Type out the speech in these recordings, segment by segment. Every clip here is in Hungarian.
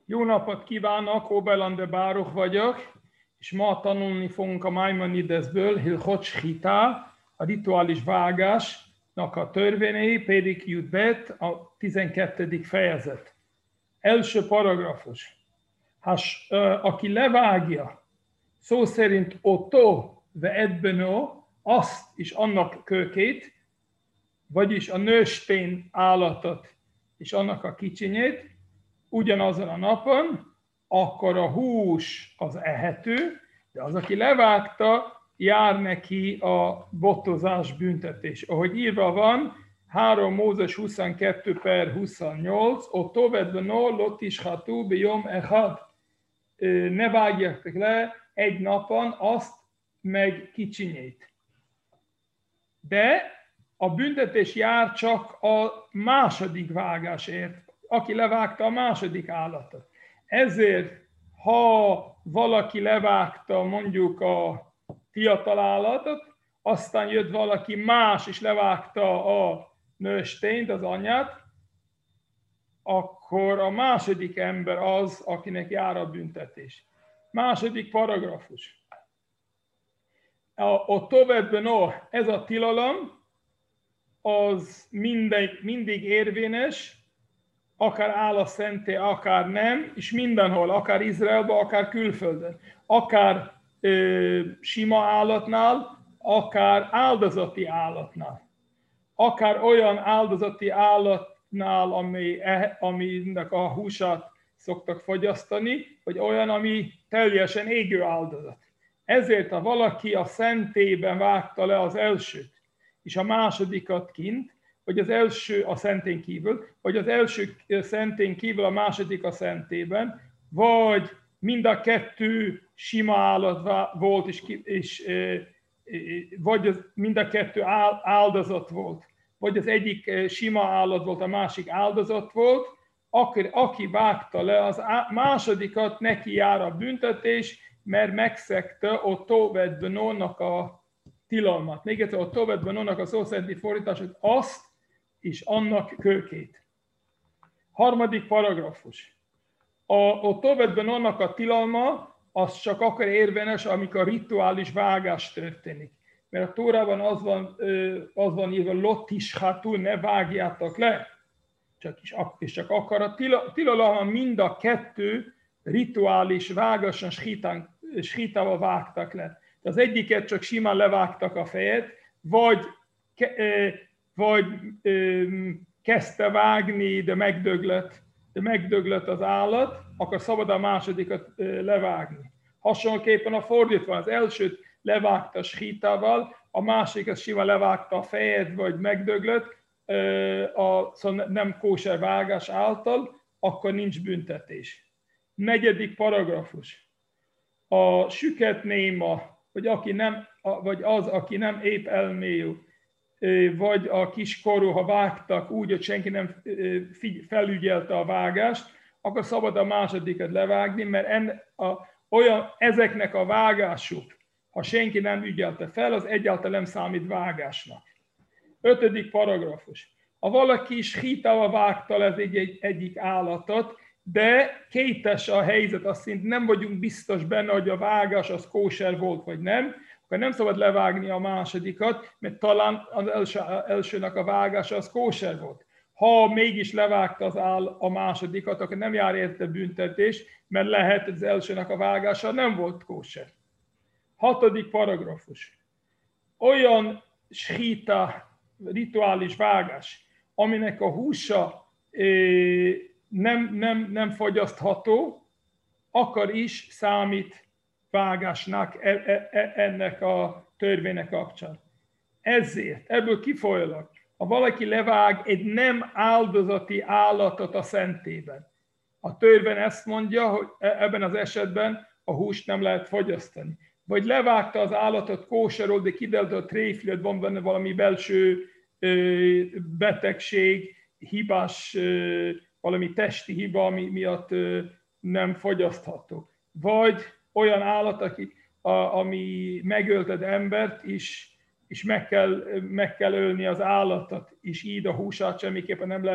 Jó napot kívánok, Oberlande Báruch vagyok, és ma tanulni fogunk a Maimonidesből, Hilchot Shchita, a rituális vágásnak a törvényei, Périk Judbet, a 12. fejezet. Első paragrafus. Aki levágja, szó szerint otó ve edbeno, azt és annak kökét, vagyis a nőstény állatot és annak a kicsinyét, ugyanazon a napon, akkor a hús az ehető, de az, aki levágta, jár neki a botozás büntetés. Ahogy írva van, 3 Mózes 22/28, ott tovedbeno lot ishatu bejom echad. Ne vágják le egy napon azt, meg kicsinyét. De a büntetés jár csak a második vágásért, aki levágta a második állatot. Ezért, ha valaki levágta mondjuk a fiatal állatot, aztán jött valaki más és levágta a nőstényt, az anyát, akkor a második ember az, akinek jár a büntetés. Második paragrafus. A tovedbeno, ez a tilalom, az mindig érvényes, akár áll a szenté, akár nem, és mindenhol, akár Izraelben, akár külföldön, akár sima állatnál, akár áldozati állatnál, akár olyan áldozati állatnál, aminek a húsát szoktak fogyasztani, vagy olyan, ami teljesen égő áldozat. Ezért, ha valaki a szentében vágta le az elsőt, és a másodikat kint, vagy az első a szentén kívül, vagy az első szentén kívül, a második a szentében, vagy mind a kettő sima állat volt, vagy mind a kettő áldozat volt, vagy az egyik sima állat volt, a másik áldozat volt, akkor aki vágta le az másodikat, neki jár a büntetés, mert megszegte a tovedbenónak a tilalmat. Még egyszer, a tovedbenónak a szó szerinti fordítását, azt és annak kökét. Harmadik paragrafus. A tovedbenónak a tilalma, az csak akkor érvényes, amikor rituális vágás történik. Mert a Tórában az van írva, lot ishatu, ne vágjátok le. Csak akkor a tilalom mind a kettő rituális vágáson shchitával vágtak le. Az egyiket csak simán levágtak a fejet, vagy kezdte vágni, de megdöglött az állat, akkor szabad a másodikat levágni. Hasonlóképpen a fordítva, az elsőt levágta shchitával, a másikat simán levágta a fejet, vagy megdöglött, szóval nem kóser vágás által, akkor nincs büntetés. Negyedik paragrafus. A süket néma, vagy az, aki nem épp elmélyű, vagy a kiskorú, ha vágtak úgy, hogy senki nem felügyelte a vágást, akkor szabad a másodikat levágni, mert ezeknek a vágásuk, ha senki nem ügyelte fel, az egyáltalán nem számít vágásnak. 5. paragrafus. Ha valaki shchitával vágta le egyik állatot, de kétes a helyzet, azt szerint nem vagyunk biztos benne, hogy a vágás az kóser volt, vagy nem, akkor nem szabad levágni a másodikat, mert talán az elsőnek a vágása az kóser volt. Ha mégis levágta a másodikat, akkor nem jár érte büntetés, mert lehet, hogy az elsőnek a vágása nem volt kóser. 6. paragrafus. Olyan shchita, rituális vágás, aminek a húsa nem fogyasztható, akkor is számít vágásnak ennek a törvénynek kapcsán. Ezért, ebből kifolyólag, ha valaki levág egy nem áldozati állatot a szentében, a törvény ezt mondja, hogy ebben az esetben a húst nem lehet fogyasztani. Vagy levágta az állatot kóserról, de kiderült, hogy a tréfliát van benne valami belső betegség, hibás, valami testi hiba, ami miatt nem fogyasztható. Vagy olyan állat, ami megölted embert, és meg kell ölni az állatot, és így a húsát semmiképpen nem lehet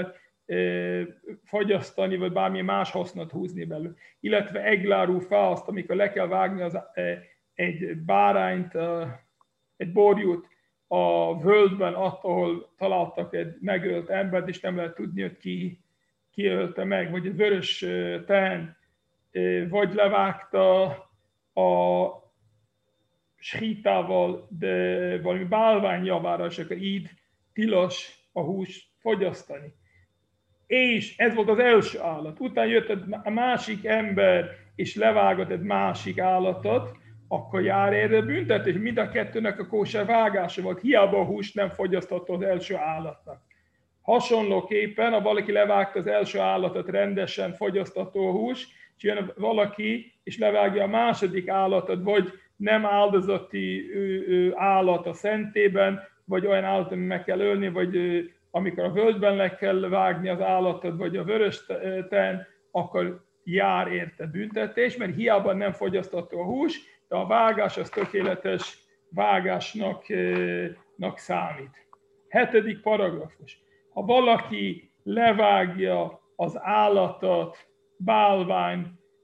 fogyasztani, vagy bármilyen más hasznot húzni belőle. Illetve eglárú fászt, amikor le kell vágni egy bárányt, egy borjút a völgyben, ahol találtak egy megölt embert, és nem lehet tudni, hogy ki ölte meg, vagy egy vörös tehén, vagy levágta a sítával, de valami bálvány javára, és akkor így tilos a húst fogyasztani. És ez volt az első állat. Utána jött a másik ember, és levágott egy másik állatot, akkor jár erre büntetés. Mind a kettőnek a kóser vágása volt. Hiába a húst nem fogyasztotta az első állatnak. Hasonlóképpen, ha valaki levágta az első állatot, rendesen fogyasztható hús, és jön valaki, és levágja a második állatot, vagy nem áldozati állat a szentében, vagy olyan állat, amit meg kell ölni, vagy amikor a völgyben le kell vágni az állatot, vagy a vörös tehén, akkor jár érte büntetés, mert hiába nem fogyasztható a hús, de a vágás az tökéletes vágásnak számít. 7. paragrafus. Ha valaki levágja az állatot bálvány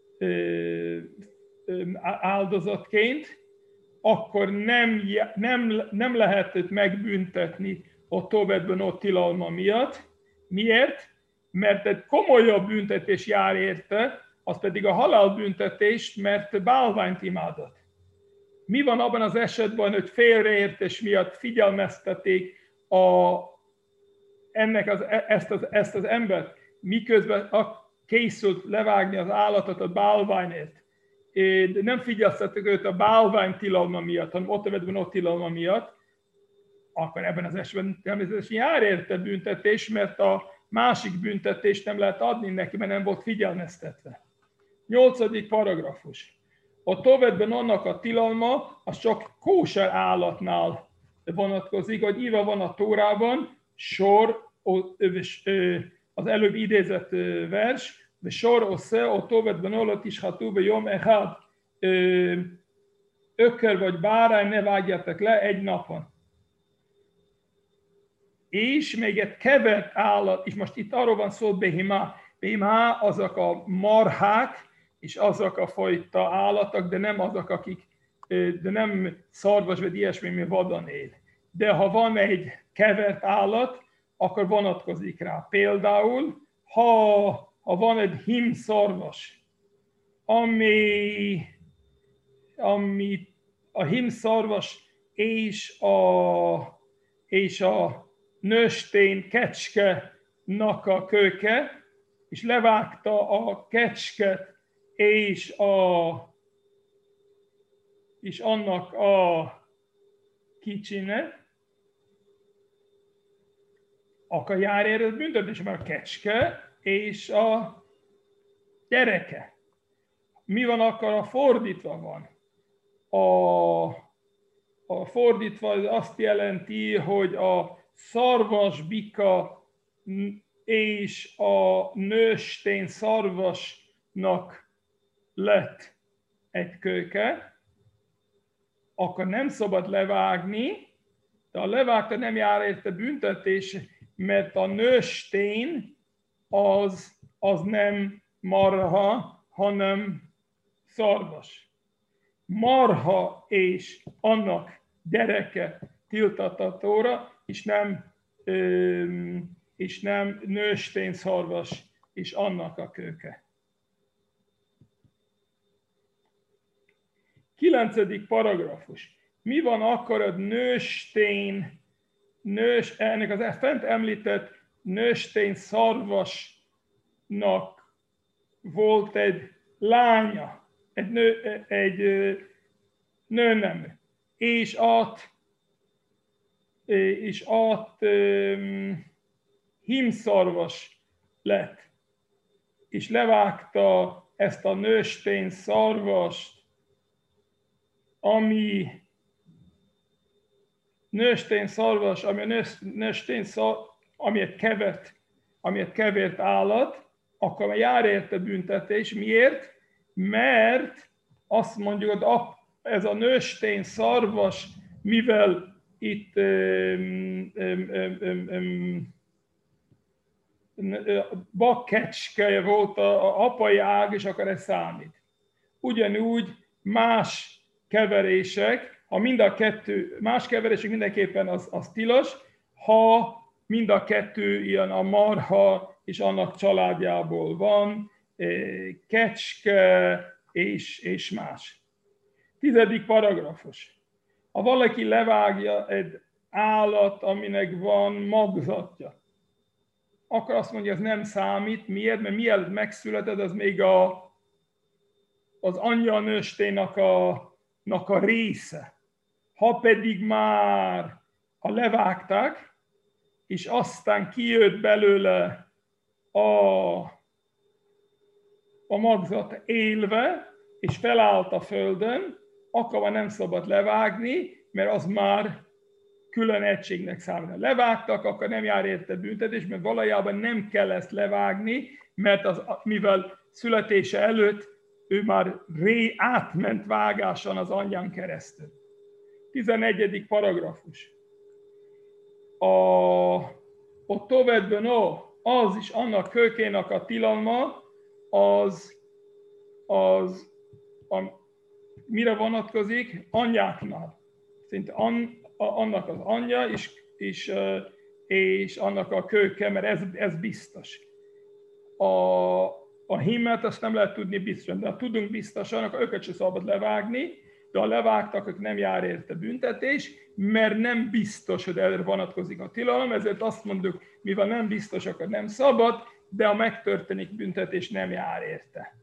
áldozatként, akkor nem lehet őt megbüntetni a Tóvetben ott tilalma miatt. Miért? Mert egy komolyabb büntetés jár érte, az pedig a halálbüntetés, mert bálványt imádott. Mi van abban az esetben, hogy félreértés miatt figyelmeztetik ezt az embert, miközben készült levágni az állatot a bálványért, de nem figyelmeztetik őt a bálvány tilalma miatt, hanem ott tilalma miatt, akkor ebben az esetben természetesen jár érte büntetés, mert a másik büntetést nem lehet adni neki, mert nem volt figyelmeztetve. 8. paragrafus. A Tóvetben annak a tilalma, az csak kóser állatnál vonatkozik, hogy írva van a Tórában, sor, az előbb idézett vers, de sor osze, a Tóvetben alatt is hatúbe jom echad, ökör vagy bárány ne vágjátok le egy napon. És még egy kevert állat, és most itt arról van szó, behimá. Behimá azok a marhák, és azok a fajta állatok, de nem azok, de nem szarvas vagy ilyesmi, mi vadon él. De ha van egy kevert állat, akkor vonatkozik rá. Például, ha van egy hímszarvas, ami a hímszarvas és a nőstény kecskenak a köke, és levágta a kecsket és annak a kicsinek, akkor jár érte büntetés, mert a kecske és a gyereke. Mi van akkor, a fordítva van? A fordítva azt jelenti, hogy a szarvasbika és a nőstény szarvasnak lett egy köke, akkor nem szabad levágni, de a levágta nem jár érte büntetés, mert a nőstény az nem marha, hanem szarvas. Marha és annak gyereke tiltatatóra, és nem nőstény szarvas és annak a köke. 9. paragrafus. Mi van akkor a ennek az fent említett nőstény szarvasnak volt egy lánya, egy nőnemű, és hímszarvas lett, és levágta ezt a nőstény szarvast, ami egy kevert állat, akkor jár érte büntetés. Miért? Mert azt mondjuk, hogy ez a nőstény szarvas, mivel itt bakkecske volt a apai ág, és akkor ez számít. Ugyanúgy más keverések, ha mind a kettő, más keverések mindenképpen az tilos, ha mind a kettő ilyen a marha és annak családjából van, kecske és más. 10. paragrafus. Ha valaki levágja egy állat, aminek van magzatja, akkor azt mondja, ez nem számít. Miért? Mert mielőtt megszületett, az még az anyja nőstének a része. Ha pedig már levágták, és aztán kijött belőle a magzat élve, és felállt a földön, akkor már nem szabad levágni, mert az már külön egységnek számít. Levágtak, akkor nem jár érte büntetés, mert valójában nem kell ezt levágni, mert mivel születése előtt ő már átment vágáson az anyján keresztül. 11. paragrafus. A tovedben az is annak kőkének a tilalma, mire vonatkozik? Anyáknál. Szinte annak az anyja és annak a kőke, mert ez biztos. A hímet azt nem lehet tudni biztosan, de ha tudunk biztosan, akkor őket sem szabad levágni, de ha levágtak, akkor nem jár érte büntetés, mert nem biztos, hogy erre vonatkozik a tilalom, ezért azt mondjuk, mivel nem biztos, akkor nem szabad, de ha megtörténik büntetés, nem jár érte.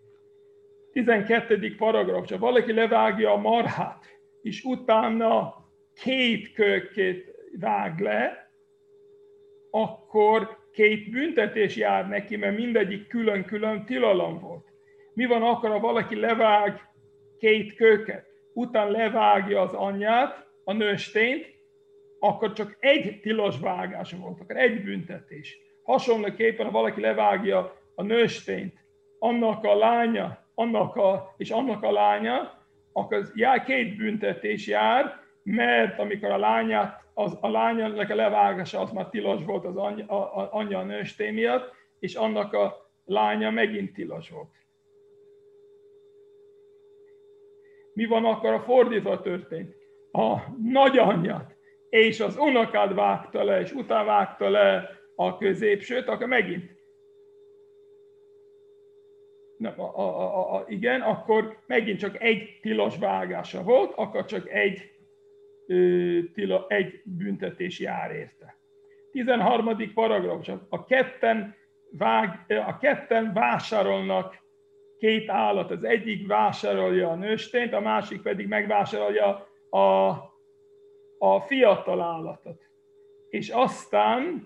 12. paragraf, ha valaki levágja a marhát, és utána 2 kőkét vág le, akkor 2 büntetés jár neki, mert mindegyik külön-külön tilalom volt. Mi van akkor, ha valaki levág 2 kőket, utána levágja az anyját, a nőstényt, akkor csak 1 tilos vágás volt, akkor 1 büntetés. Hasonlóképpen, ha valaki levágja a nőstényt, annak a lánya, annak a lánya, akkor 2 büntetés jár, mert amikor a lányának a levágása az már tilos volt az anyja a nőstény miatt, és annak a lánya megint tilos volt. Mi van akkor, a fordítva történt? A nagyanyját és az unokád vágta le, és utána vágta le a középsőt, akkor megint. Igen, akkor megint csak 1 tilos vágása volt, akkor csak 1 büntetés jár érte. 13. paragrafus. A ketten vásárolnak 2 állat. Az egyik vásárolja a nőstényt, a másik pedig megvásárolja a fiatal állatot. És aztán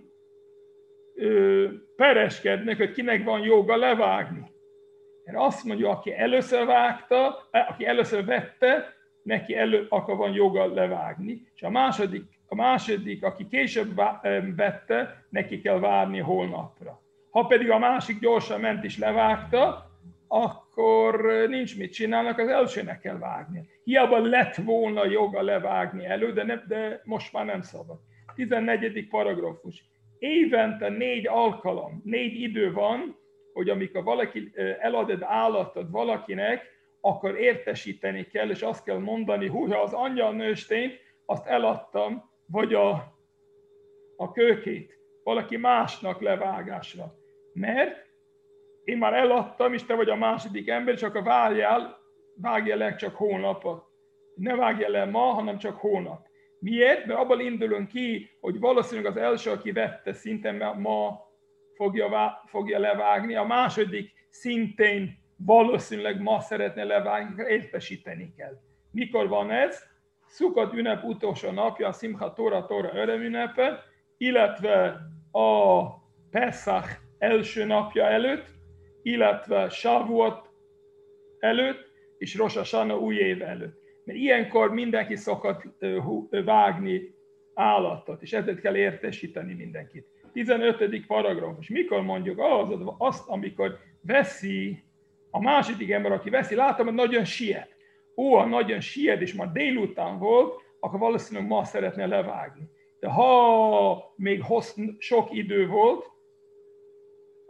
pereskednek, hogy kinek van joga levágni. Mert azt mondja, aki először vágta, aki először vette, neki akkor van joga levágni. És a második, aki később vette, neki kell várni holnapra. Ha pedig a másik gyorsan ment és levágta, akkor nincs mit csinálnak, az elsőnek kell vágni. Hiába lett volna joga levágni elő, de most már nem szabad. 14. paragrafus. Évente 4 alkalom, 4 idő van, hogy amikor valaki elad egy állatot valakinek, akkor értesíteni kell, és azt kell mondani, hogy ha az anyja a nőstényt, azt eladtam, vagy a kőkét, valaki másnak levágásra. Mert én már eladtam, és te vagy a második ember, és akkor vágja le csak holnap. Ne vágja le ma, hanem csak holnap. Miért? Mert abban indulunk ki, hogy valószínűleg az első, aki vette, szintén ma fogja levágni, a második szintén valószínűleg ma szeretne levágni, értesíteni kell. Mikor van ez? Szukkot ünnep utolsó napja, a Simchat Tóra örömünnepe, illetve a Pesach első napja előtt, illetve Shavuot előtt, és Rosh Hashanah új év előtt. Mert ilyenkor mindenki szokott vágni állatot, és ezért kell értesíteni mindenkit. 15. paragrafus. Mikor mondjuk azt, amikor veszi a második ember, aki veszi, látom, hogy nagyon siet. Ha nagyon siet, és már délután volt, akkor valószínűleg ma szeretne levágni. De ha még sok idő volt,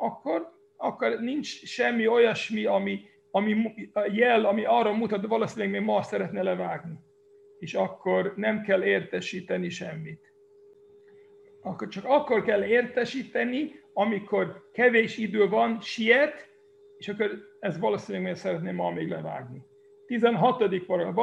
akkor nincs semmi olyasmi, ami jel, ami arra mutat, hogy valószínűleg még ma szeretne levágni. És akkor nem kell értesíteni semmit. Csak akkor kell értesíteni, amikor kevés idő van, siet, és akkor ez valószínűleg még szeretném ma még levágni. 16. paragraf.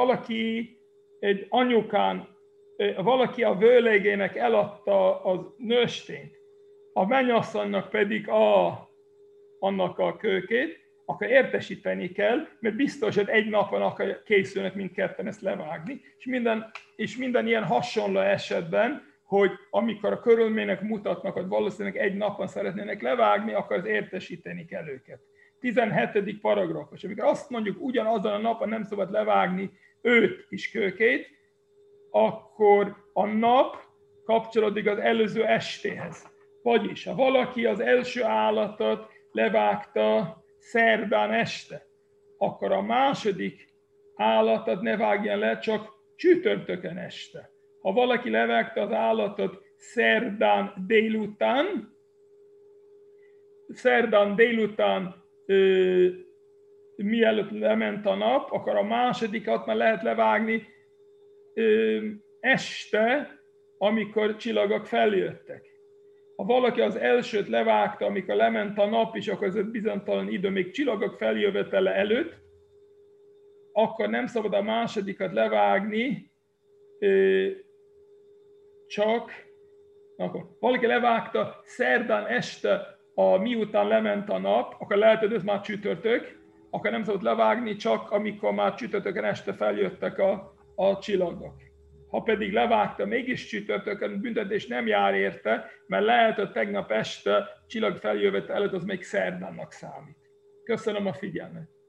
Valaki a vőlegének eladta az nőstényt, a mennyasszonynak pedig annak a kőkét, akkor értesíteni kell, mert biztos, hogy egy napon akar készülnek mindketten ezt levágni, és minden ilyen hasonló esetben, hogy amikor a körülmények mutatnak, hogy valószínűleg egy napon szeretnének levágni, akkor az értesíteni kell őket. 17. paragrafus. Amikor azt mondjuk, ugyanazon a napon nem szabad levágni őt is kőkét, akkor a nap kapcsolódik az előző estéhez. Vagyis, ha valaki az első állatot levágta szerdán este, akkor a második állatot ne vágjan le, csak csütörtökön este. Ha valaki levágta az állatot szerdán délután mielőtt lement a nap, akkor a másodikat már lehet levágni este, amikor csillagok feljöttek. Ha valaki az elsőt levágta, amikor lement a nap, és akkor ez egy bizonytalan idő, még csillagok feljövetele előtt, akkor nem szabad a másodikat levágni, akkor valaki levágta szerdán este, miután lement a nap, akkor lehet, hogy ez már csütörtök, akkor nem szabad levágni, csak amikor már csütörtökön este feljöttek a csillagok. Ha pedig levágta mégis csütörtökön, büntetés nem jár érte, mert lehet, hogy tegnap este csillag feljövet előtt az még szerdának számít. Köszönöm a figyelmet!